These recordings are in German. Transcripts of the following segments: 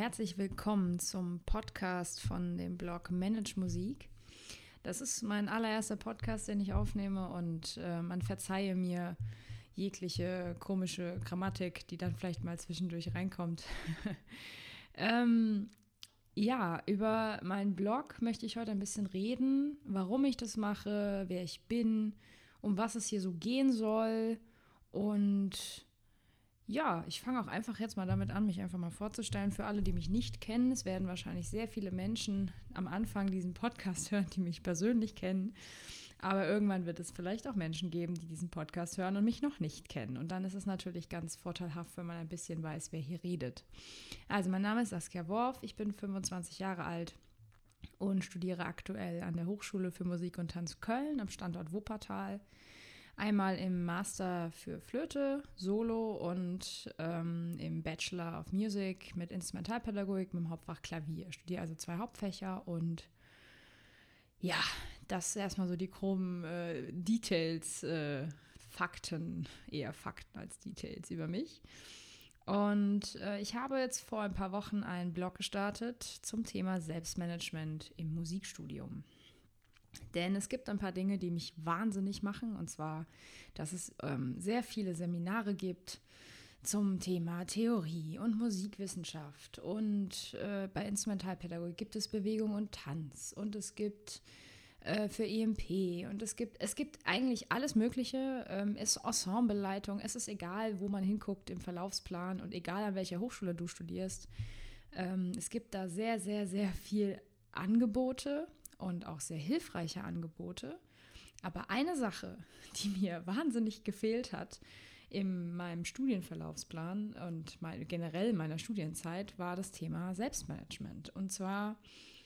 herzlich willkommen zum Podcast von dem Blog Manage Musik. Das ist mein allererster Podcast, den ich aufnehme und man verzeihe mir jegliche komische Grammatik, die dann vielleicht mal zwischendurch reinkommt. Über meinen Blog möchte ich heute ein bisschen reden, warum ich das mache, wer ich bin, um was es hier so gehen soll. Und ja, ich fange auch einfach jetzt mal damit an, mich einfach mal vorzustellen. Für alle, die mich nicht kennen, es werden wahrscheinlich sehr viele Menschen am Anfang diesen Podcast hören, die mich persönlich kennen. Aber irgendwann wird es vielleicht auch Menschen geben, die diesen Podcast hören und mich noch nicht kennen. Und dann ist es natürlich ganz vorteilhaft, wenn man ein bisschen weiß, wer hier redet. Also mein Name ist Saskia Worf, ich bin 25 Jahre alt und studiere aktuell an der Hochschule für Musik und Tanz Köln am Standort Wuppertal. Einmal im Master für Flöte, Solo und im Bachelor of Music mit Instrumentalpädagogik mit dem Hauptfach Klavier. Ich studiere also 2 Hauptfächer und ja, das ist erstmal so die groben Details, Fakten, eher Fakten als Details über mich. Und ich habe jetzt vor ein paar Wochen einen Blog gestartet zum Thema Selbstmanagement im Musikstudium. Denn es gibt ein paar Dinge, die mich wahnsinnig machen. Und zwar, dass es sehr viele Seminare gibt zum Thema Theorie und Musikwissenschaft. Und bei Instrumentalpädagogik gibt es Bewegung und Tanz. Und es gibt für EMP. Und es gibt eigentlich alles Mögliche. Es ist Ensembleleitung. Es ist egal, wo man hinguckt im Verlaufsplan. Und egal, an welcher Hochschule du studierst. Es gibt da sehr, sehr, sehr viel Angebote. Und auch sehr hilfreiche Angebote. Aber eine Sache, die mir wahnsinnig gefehlt hat in meinem Studienverlaufsplan und generell in meiner Studienzeit, war das Thema Selbstmanagement. Und zwar,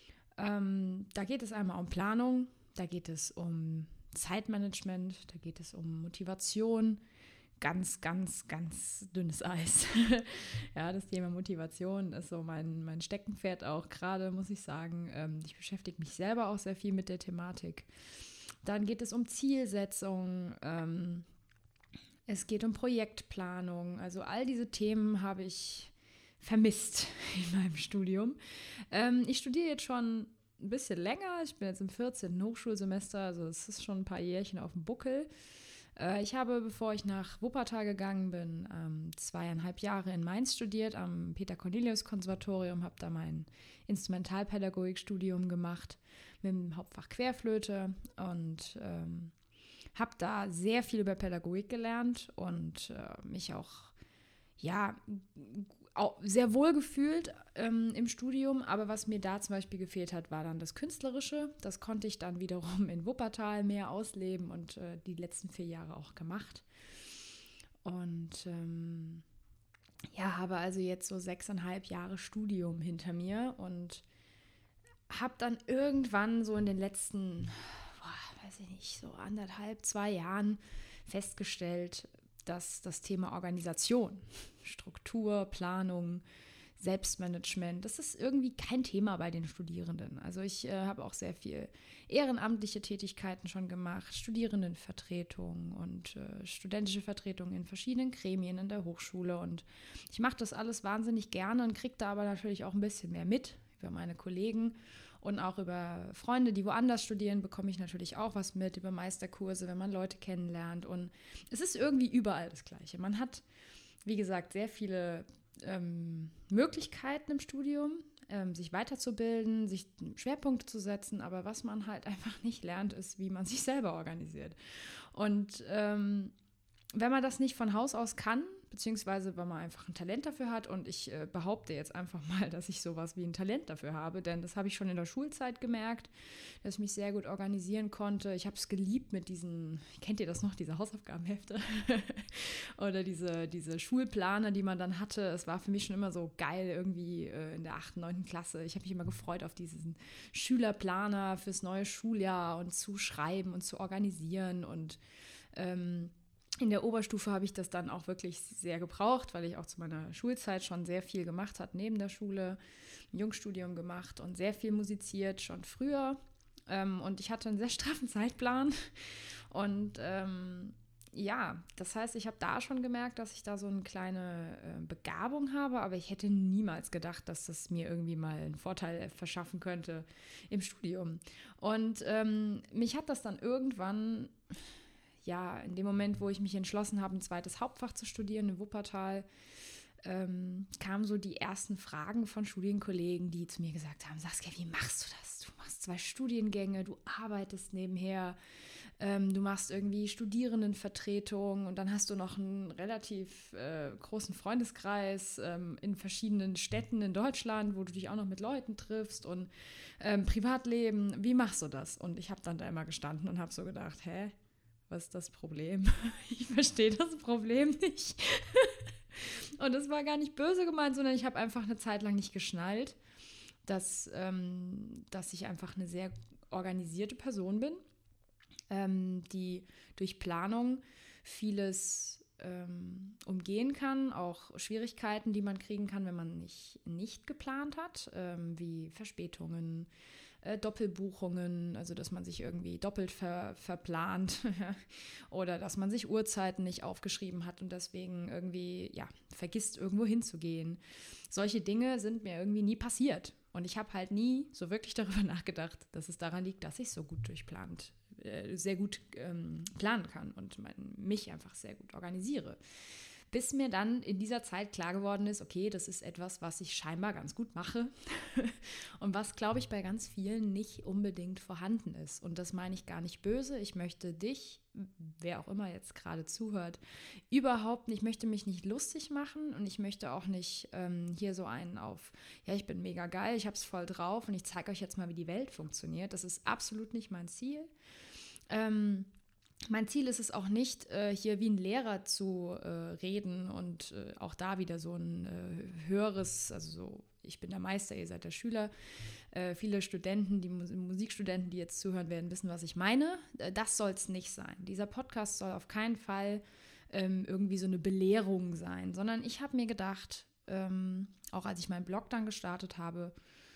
da geht es einmal um Planung, da geht es um Zeitmanagement, da geht es um Motivation. Ganz, ganz, ganz dünnes Eis. Ja, das Thema Motivation ist so mein Steckenpferd auch gerade, muss ich sagen. Ich beschäftige mich selber auch sehr viel mit der Thematik. Dann geht es um Zielsetzung. Es geht um Projektplanung. Also all diese Themen habe ich vermisst in meinem Studium. Ich studiere jetzt schon ein bisschen länger. Ich bin jetzt im 14. Hochschulsemester, also es ist schon ein paar Jährchen auf dem Buckel. Ich habe, bevor ich nach Wuppertal gegangen bin, 2,5 Jahre in Mainz studiert, am Peter-Cornelius-Konservatorium, habe da mein Instrumentalpädagogikstudium gemacht mit dem Hauptfach Querflöte und habe da sehr viel über Pädagogik gelernt und mich auch sehr wohl gefühlt im Studium, aber was mir da zum Beispiel gefehlt hat, war dann das Künstlerische. Das konnte ich dann wiederum in Wuppertal mehr ausleben und die letzten 4 Jahre auch gemacht. Und habe also jetzt so 6,5 Jahre Studium hinter mir und habe dann irgendwann so in den letzten, so 1,5, 2 Jahren festgestellt, dass das Thema Organisation, Struktur, Planung, Selbstmanagement, das ist irgendwie kein Thema bei den Studierenden. Also ich habe auch sehr viel ehrenamtliche Tätigkeiten schon gemacht, Studierendenvertretung und studentische Vertretung in verschiedenen Gremien in der Hochschule und ich mache das alles wahnsinnig gerne und kriege da aber natürlich auch ein bisschen mehr mit über meine Kollegen. Und auch über Freunde, die woanders studieren, bekomme ich natürlich auch was mit, über Meisterkurse, wenn man Leute kennenlernt. Und es ist irgendwie überall das Gleiche. Man hat, wie gesagt, sehr viele Möglichkeiten im Studium, sich weiterzubilden, sich Schwerpunkte zu setzen. Aber was man halt einfach nicht lernt, ist, wie man sich selber organisiert. Und wenn man das nicht von Haus aus kann, beziehungsweise wenn man einfach ein Talent dafür hat und ich behaupte jetzt einfach mal, dass ich sowas wie ein Talent dafür habe, denn das habe ich schon in der Schulzeit gemerkt, dass ich mich sehr gut organisieren konnte. Ich habe es geliebt mit diesen, kennt ihr das noch, diese Hausaufgabenhefte oder diese Schulplaner, die man dann hatte. Es war für mich schon immer so geil irgendwie in der 8., 9. Klasse. Ich habe mich immer gefreut auf diesen Schülerplaner fürs neue Schuljahr und zu schreiben und zu organisieren und in der Oberstufe habe ich das dann auch wirklich sehr gebraucht, weil ich auch zu meiner Schulzeit schon sehr viel gemacht habe, neben der Schule, ein Jungstudium gemacht und sehr viel musiziert, schon früher. Und ich hatte einen sehr straffen Zeitplan und ja, das heißt, ich habe da schon gemerkt, dass ich da so eine kleine Begabung habe, aber ich hätte niemals gedacht, dass das mir irgendwie mal einen Vorteil verschaffen könnte im Studium. Und mich hat das dann irgendwann, ja, in dem Moment, wo ich mich entschlossen habe, ein zweites Hauptfach zu studieren in Wuppertal, kamen so die ersten Fragen von Studienkollegen, die zu mir gesagt haben, Saskia, wie machst du das? Du machst 2 Studiengänge, du arbeitest nebenher, du machst irgendwie Studierendenvertretung und dann hast du noch einen relativ großen Freundeskreis in verschiedenen Städten in Deutschland, wo du dich auch noch mit Leuten triffst und Privatleben. Wie machst du das? Und ich habe dann da immer gestanden und habe so gedacht, hä, was ist das Problem? Ich verstehe das Problem nicht. Und das war gar nicht böse gemeint, sondern ich habe einfach eine Zeit lang nicht geschnallt, dass ich einfach eine sehr organisierte Person bin, die durch Planung vieles umgehen kann, auch Schwierigkeiten, die man kriegen kann, wenn man nicht geplant hat, wie Verspätungen, Doppelbuchungen, also dass man sich irgendwie doppelt verplant oder dass man sich Uhrzeiten nicht aufgeschrieben hat und deswegen irgendwie ja, vergisst, irgendwo hinzugehen. Solche Dinge sind mir irgendwie nie passiert. Und ich habe halt nie so wirklich darüber nachgedacht, dass es daran liegt, dass ich so gut sehr gut planen kann und mich einfach sehr gut organisiere. Bis mir dann in dieser Zeit klar geworden ist, okay, das ist etwas, was ich scheinbar ganz gut mache und was, glaube ich, bei ganz vielen nicht unbedingt vorhanden ist. Und das meine ich gar nicht böse. Ich möchte dich, wer auch immer jetzt gerade zuhört, überhaupt nicht, ich möchte mich nicht lustig machen und ich möchte auch nicht hier so einen auf, ja, ich bin mega geil, ich habe es voll drauf und ich zeige euch jetzt mal, wie die Welt funktioniert. Das ist absolut nicht mein Ziel. Mein Ziel ist es auch nicht, hier wie ein Lehrer zu reden und auch da wieder so ein höheres, also so, ich bin der Meister, ihr seid der Schüler. Viele Studenten, die Musikstudenten, die jetzt zuhören werden, wissen, was ich meine. Das soll es nicht sein. Dieser Podcast soll auf keinen Fall irgendwie so eine Belehrung sein, sondern ich habe mir gedacht, auch als ich meinen Blog dann gestartet habe,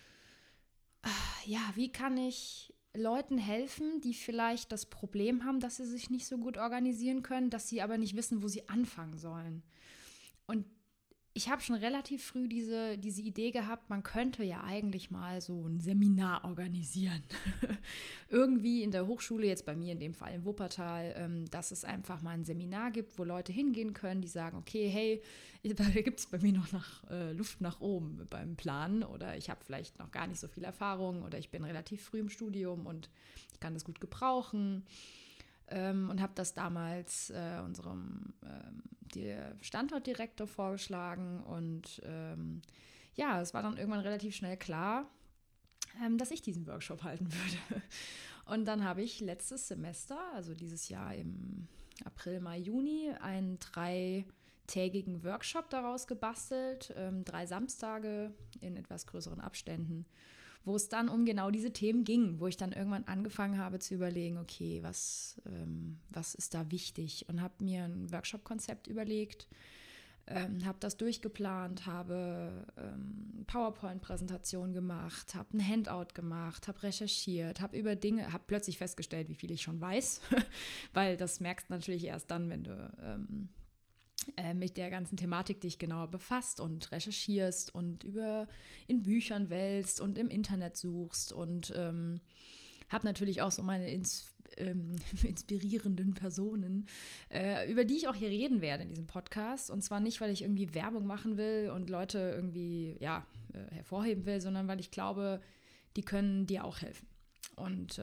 ja, wie kann ich Leuten helfen, die vielleicht das Problem haben, dass sie sich nicht so gut organisieren können, dass sie aber nicht wissen, wo sie anfangen sollen. Und ich habe schon relativ früh diese Idee gehabt, man könnte ja eigentlich mal so ein Seminar organisieren. Irgendwie in der Hochschule, jetzt bei mir in dem Fall in Wuppertal, dass es einfach mal ein Seminar gibt, wo Leute hingehen können, die sagen, okay, hey, da gibt es bei mir noch Luft nach oben beim Planen oder ich habe vielleicht noch gar nicht so viel Erfahrung oder ich bin relativ früh im Studium und ich kann das gut gebrauchen. Und habe das damals unserem Standortdirektor vorgeschlagen und ja, es war dann irgendwann relativ schnell klar, dass ich diesen Workshop halten würde. Und dann habe ich letztes Semester, also dieses Jahr im April, Mai, Juni, einen 3-tägigen Workshop daraus gebastelt, 3 Samstage in etwas größeren Abständen, wo es dann um genau diese Themen ging, wo ich dann irgendwann angefangen habe zu überlegen, okay, was ist da wichtig und habe mir ein Workshop-Konzept überlegt, habe das durchgeplant, habe PowerPoint-Präsentation gemacht, habe ein Handout gemacht, habe recherchiert, habe plötzlich festgestellt, wie viel ich schon weiß, weil das merkst du natürlich erst dann, wenn du mit der ganzen Thematik dich genauer befasst und recherchierst und in Büchern wälzt und im Internet suchst und habe natürlich auch so meine inspirierenden Personen, über die ich auch hier reden werde in diesem Podcast. Und zwar nicht, weil ich irgendwie Werbung machen will und Leute irgendwie hervorheben will, sondern weil ich glaube, die können dir auch helfen. Und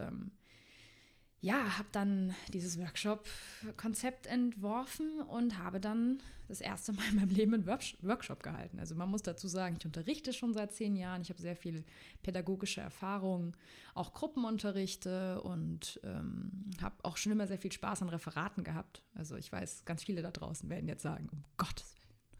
ja, habe dann dieses Workshop-Konzept entworfen und habe dann das erste Mal in meinem Leben einen Workshop gehalten. Also man muss dazu sagen, ich unterrichte schon seit 10 Jahren. Ich habe sehr viel pädagogische Erfahrung, auch Gruppenunterrichte und habe auch schon immer sehr viel Spaß an Referaten gehabt. Also ich weiß, ganz viele da draußen werden jetzt sagen, um Gottes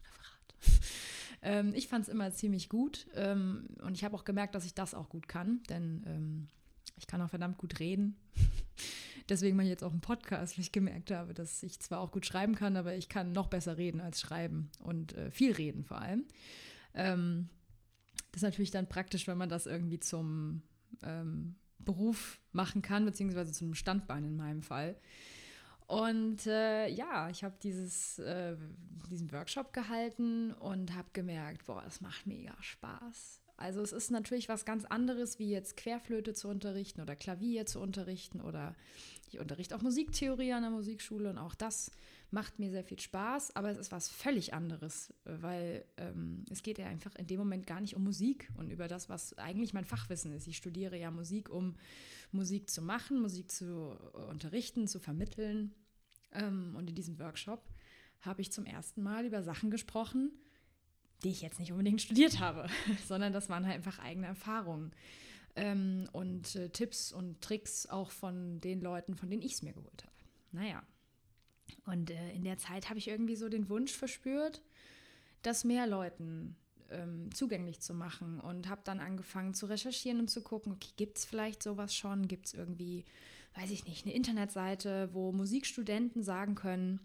Willen, Referat. Ich fand es immer ziemlich gut und ich habe auch gemerkt, dass ich das auch gut kann, denn ich kann auch verdammt gut reden. Deswegen mache ich jetzt auch einen Podcast, weil ich gemerkt habe, dass ich zwar auch gut schreiben kann, aber ich kann noch besser reden als schreiben und viel reden vor allem. Das ist natürlich dann praktisch, wenn man das irgendwie zum Beruf machen kann, beziehungsweise zum Standbein in meinem Fall. Und ich habe diesen Workshop gehalten und habe gemerkt, boah, das macht mega Spaß. Also es ist natürlich was ganz anderes, wie jetzt Querflöte zu unterrichten oder Klavier zu unterrichten, oder ich unterrichte auch Musiktheorie an der Musikschule und auch das macht mir sehr viel Spaß, aber es ist was völlig anderes, weil es geht ja einfach in dem Moment gar nicht um Musik und über das, was eigentlich mein Fachwissen ist. Ich studiere ja Musik, um Musik zu machen, Musik zu unterrichten, zu vermitteln. Und in diesem Workshop habe ich zum ersten Mal über Sachen gesprochen, die ich jetzt nicht unbedingt studiert habe, sondern das waren halt einfach eigene Erfahrungen und Tipps und Tricks auch von den Leuten, von denen ich es mir geholt habe. Naja, und in der Zeit habe ich irgendwie so den Wunsch verspürt, das mehr Leuten zugänglich zu machen, und habe dann angefangen zu recherchieren und zu gucken, okay, gibt es vielleicht sowas schon? Gibt es irgendwie, weiß ich nicht, eine Internetseite, wo Musikstudenten sagen können,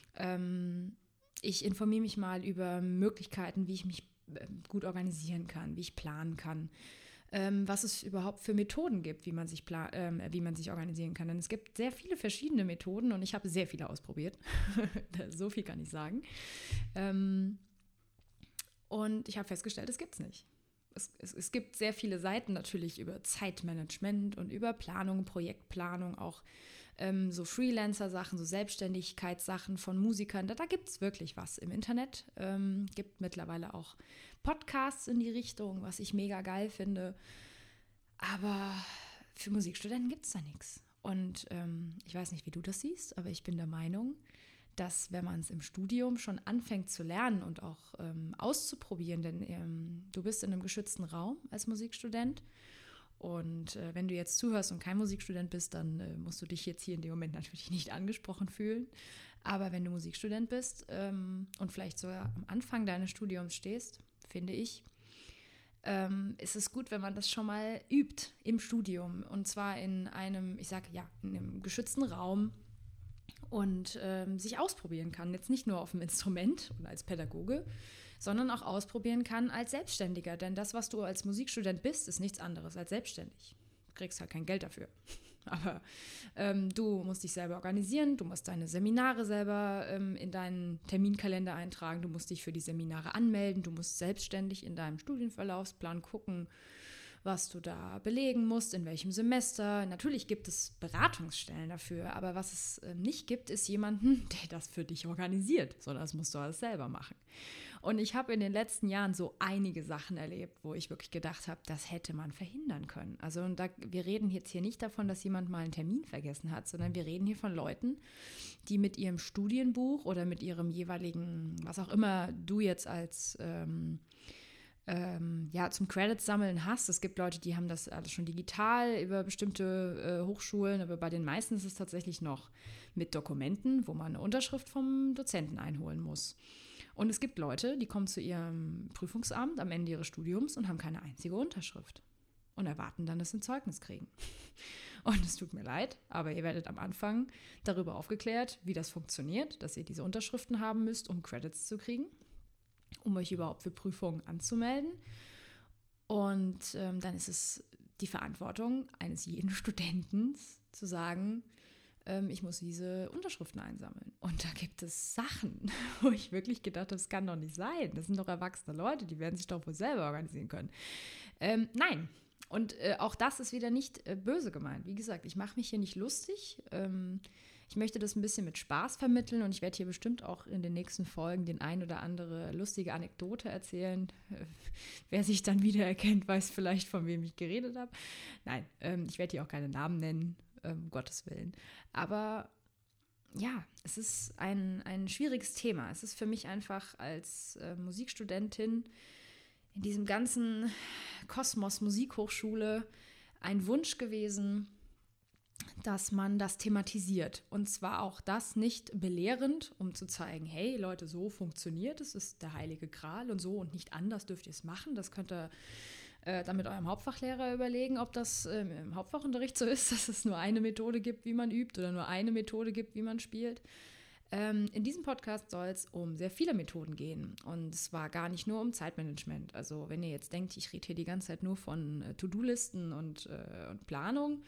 ich informiere mich mal über Möglichkeiten, wie ich mich gut organisieren kann, wie ich planen kann, was es überhaupt für Methoden gibt, wie man sich organisieren kann. Denn es gibt sehr viele verschiedene Methoden und ich habe sehr viele ausprobiert. So viel kann ich sagen. Und ich habe festgestellt, es gibt es nicht. Es gibt sehr viele Seiten natürlich über Zeitmanagement und über Planung, Projektplanung, auch so Freelancer-Sachen, so Selbstständigkeitssachen von Musikern. Da gibt es wirklich was im Internet. Gibt mittlerweile auch Podcasts in die Richtung, was ich mega geil finde. Aber für Musikstudenten gibt es da nichts. Und ich weiß nicht, wie du das siehst, aber ich bin der Meinung, dass wenn man es im Studium schon anfängt zu lernen und auch auszuprobieren, denn du bist in einem geschützten Raum als Musikstudent, und wenn du jetzt zuhörst und kein Musikstudent bist, dann musst du dich jetzt hier in dem Moment natürlich nicht angesprochen fühlen. Aber wenn du Musikstudent bist und vielleicht sogar am Anfang deines Studiums stehst, finde ich, ist es gut, wenn man das schon mal übt im Studium. Und zwar in einem, in einem geschützten Raum, und sich ausprobieren kann. Jetzt nicht nur auf dem Instrument und als Pädagoge, sondern auch ausprobieren kann als Selbstständiger. Denn das, was du als Musikstudent bist, ist nichts anderes als selbstständig. Du kriegst halt kein Geld dafür. Aber du musst dich selber organisieren, du musst deine Seminare selber in deinen Terminkalender eintragen, du musst dich für die Seminare anmelden, du musst selbstständig in deinem Studienverlaufsplan gucken, was du da belegen musst, in welchem Semester. Natürlich gibt es Beratungsstellen dafür, aber was es nicht gibt, ist jemanden, der das für dich organisiert, sondern das musst du alles selber machen. Und ich habe in den letzten Jahren so einige Sachen erlebt, wo ich wirklich gedacht habe, das hätte man verhindern können. Also wir reden jetzt hier nicht davon, dass jemand mal einen Termin vergessen hat, sondern wir reden hier von Leuten, die mit ihrem Studienbuch oder mit ihrem jeweiligen, was auch immer du jetzt als zum Credits sammeln hast. Es gibt Leute, die haben das alles schon digital über bestimmte Hochschulen, aber bei den meisten ist es tatsächlich noch mit Dokumenten, wo man eine Unterschrift vom Dozenten einholen muss. Und es gibt Leute, die kommen zu ihrem Prüfungsamt am Ende ihres Studiums und haben keine einzige Unterschrift und erwarten dann, dass sie ein Zeugnis kriegen. Und es tut mir leid, aber ihr werdet am Anfang darüber aufgeklärt, wie das funktioniert, dass ihr diese Unterschriften haben müsst, um Credits zu kriegen, um euch überhaupt für Prüfungen anzumelden. Und dann ist es die Verantwortung eines jeden Studenten zu sagen, ich muss diese Unterschriften einsammeln. Und da gibt es Sachen, wo ich wirklich gedacht habe, das kann doch nicht sein. Das sind doch erwachsene Leute, die werden sich doch wohl selber organisieren können. Nein. Und auch das ist wieder nicht böse gemeint. Wie gesagt, ich mache mich hier nicht lustig. Ich möchte das ein bisschen mit Spaß vermitteln und ich werde hier bestimmt auch in den nächsten Folgen den ein oder andere lustige Anekdote erzählen. Wer sich dann wiedererkennt, weiß vielleicht, von wem ich geredet habe. Nein, ich werde hier auch keine Namen nennen, um Gottes Willen. Aber ja, es ist ein schwieriges Thema. Es ist für mich einfach als Musikstudentin in diesem ganzen Kosmos Musikhochschule ein Wunsch gewesen, dass man das thematisiert. Und zwar auch das nicht belehrend, um zu zeigen, hey Leute, so funktioniert es, ist der heilige Gral und so und nicht anders dürft ihr es machen. Das könnt ihr dann mit eurem Hauptfachlehrer überlegen, ob das im Hauptfachunterricht so ist, dass es nur eine Methode gibt, wie man übt oder nur eine Methode gibt, wie man spielt. In diesem Podcast soll es um sehr viele Methoden gehen und es war gar nicht nur um Zeitmanagement. Also wenn ihr jetzt denkt, ich rede hier die ganze Zeit nur von To-Do-Listen und Planung,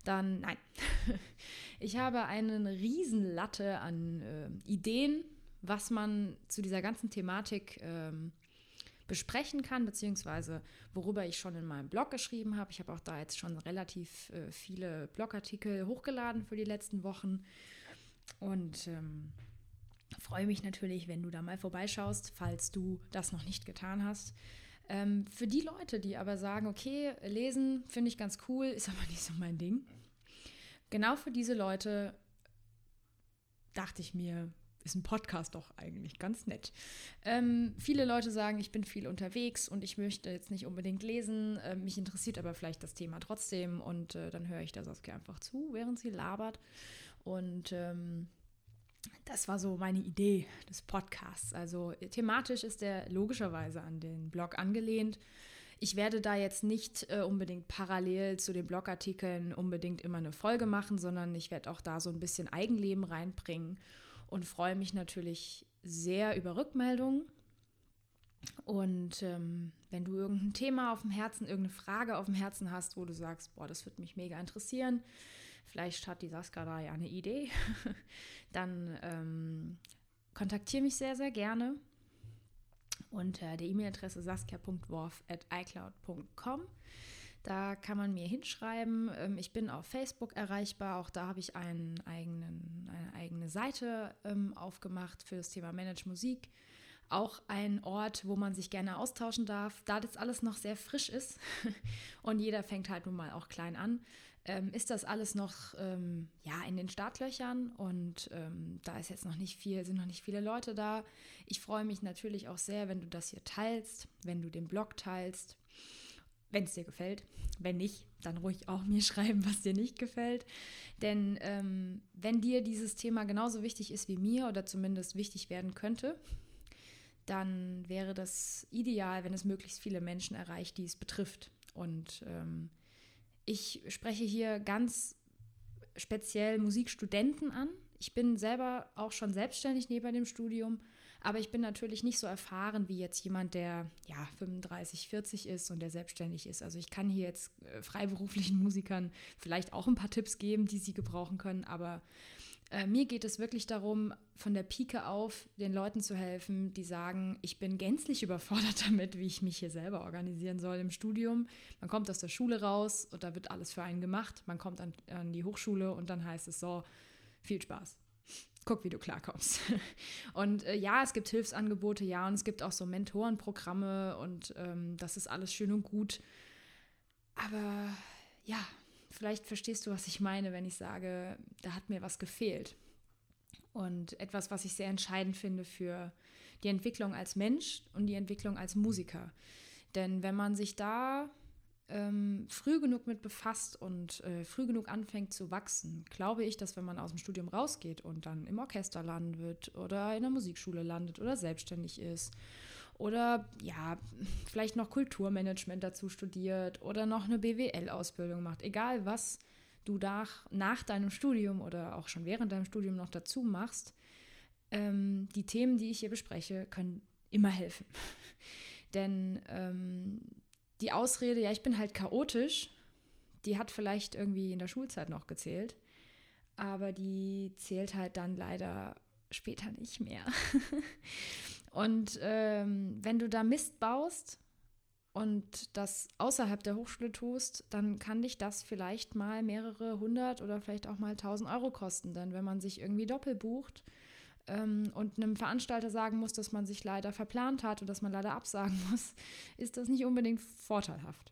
dann nein. Ich habe eine Riesenlatte an Ideen, was man zu dieser ganzen Thematik besprechen kann, beziehungsweise worüber ich schon in meinem Blog geschrieben habe. Ich habe auch da jetzt schon relativ viele Blogartikel hochgeladen für die letzten Wochen und freue mich natürlich, wenn du da mal vorbeischaust, falls du das noch nicht getan hast. Für die Leute, die aber sagen, okay, lesen finde ich ganz cool, ist aber nicht so mein Ding. Genau für diese Leute dachte ich mir, ist ein Podcast doch eigentlich ganz nett. Viele Leute sagen, ich bin viel unterwegs und ich möchte jetzt nicht unbedingt lesen, mich interessiert aber vielleicht das Thema trotzdem und dann höre ich der Saskia einfach zu, während sie labert. Und das war so meine Idee des Podcasts. Also thematisch ist der logischerweise an den Blog angelehnt. Ich werde da jetzt nicht unbedingt parallel zu den Blogartikeln unbedingt immer eine Folge machen, sondern ich werde auch da so ein bisschen Eigenleben reinbringen und freue mich natürlich sehr über Rückmeldungen. Und wenn du irgendein Thema auf dem Herzen, irgendeine Frage auf dem Herzen hast, wo du sagst, boah, das würde mich mega interessieren, vielleicht hat die Saskia da ja eine Idee, dann kontaktiere mich sehr, sehr gerne unter der E-Mail-Adresse saskia.worf@icloud.com. Da kann man mir hinschreiben. Ich bin auf Facebook erreichbar. Auch da habe ich eine eigene Seite aufgemacht für das Thema Manage Musik. Auch ein Ort, wo man sich gerne austauschen darf. Da das alles noch sehr frisch ist und jeder fängt halt nun mal auch klein an, ist das alles noch in den Startlöchern und da ist jetzt sind noch nicht viele Leute da. Ich freue mich natürlich auch sehr, wenn du das hier teilst, wenn du den Blog teilst, wenn es dir gefällt. Wenn nicht, dann ruhig auch mir schreiben, was dir nicht gefällt. Denn wenn dir dieses Thema genauso wichtig ist wie mir oder zumindest wichtig werden könnte, dann wäre das ideal, wenn es möglichst viele Menschen erreicht, die es betrifft. Und ich spreche hier ganz speziell Musikstudenten an. Ich bin selber auch schon selbstständig neben dem Studium, aber ich bin natürlich nicht so erfahren wie jetzt jemand, der 35, 40 ist und der selbstständig ist. Also ich kann hier jetzt freiberuflichen Musikern vielleicht auch ein paar Tipps geben, die sie gebrauchen können, aber mir geht es wirklich darum, von der Pike auf den Leuten zu helfen, die sagen, ich bin gänzlich überfordert damit, wie ich mich hier selber organisieren soll im Studium. Man kommt aus der Schule raus und da wird alles für einen gemacht. Man kommt an die Hochschule und dann heißt es so, viel Spaß. Guck, wie du klarkommst. Und es gibt Hilfsangebote, und es gibt auch so Mentorenprogramme und das ist alles schön und gut. Aber vielleicht verstehst du, was ich meine, wenn ich sage, da hat mir was gefehlt. Und etwas, was ich sehr entscheidend finde für die Entwicklung als Mensch und die Entwicklung als Musiker. Denn wenn man sich da früh genug mit befasst und früh genug anfängt zu wachsen, glaube ich, dass wenn man aus dem Studium rausgeht und dann im Orchester landet oder in der Musikschule landet oder selbstständig ist oder vielleicht noch Kulturmanagement dazu studiert oder noch eine BWL-Ausbildung macht, egal was du nach deinem Studium oder auch schon während deinem Studium noch dazu machst, die Themen, die ich hier bespreche, können immer helfen. Denn die Ausrede, ich bin halt chaotisch, die hat vielleicht irgendwie in der Schulzeit noch gezählt, aber die zählt halt dann leider später nicht mehr. Und wenn du da Mist baust und das außerhalb der Hochschule tust, dann kann dich das vielleicht mal mehrere hundert oder vielleicht auch mal 1.000 Euro kosten. Denn wenn man sich irgendwie doppelt bucht und einem Veranstalter sagen muss, dass man sich leider verplant hat und dass man leider absagen muss, ist das nicht unbedingt vorteilhaft.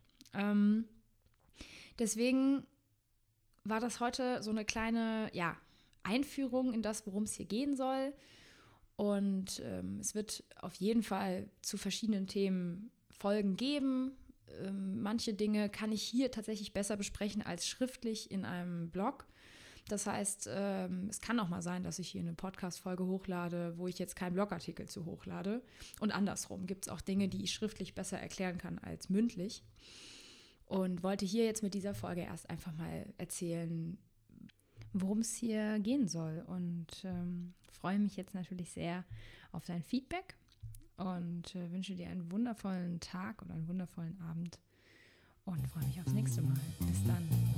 Deswegen war das heute so eine kleine Einführung in das, worum es hier gehen soll. Und es wird auf jeden Fall zu verschiedenen Themen Folgen geben. Manche Dinge kann ich hier tatsächlich besser besprechen als schriftlich in einem Blog. Das heißt, es kann auch mal sein, dass ich hier eine Podcast-Folge hochlade, wo ich jetzt keinen Blogartikel zu hochlade. Und andersrum gibt es auch Dinge, die ich schriftlich besser erklären kann als mündlich. Und wollte hier jetzt mit dieser Folge erst einfach mal erzählen, worum es hier gehen soll. Und freue mich jetzt natürlich sehr auf dein Feedback und wünsche dir einen wundervollen Tag oder einen wundervollen Abend und freue mich aufs nächste Mal. Bis dann.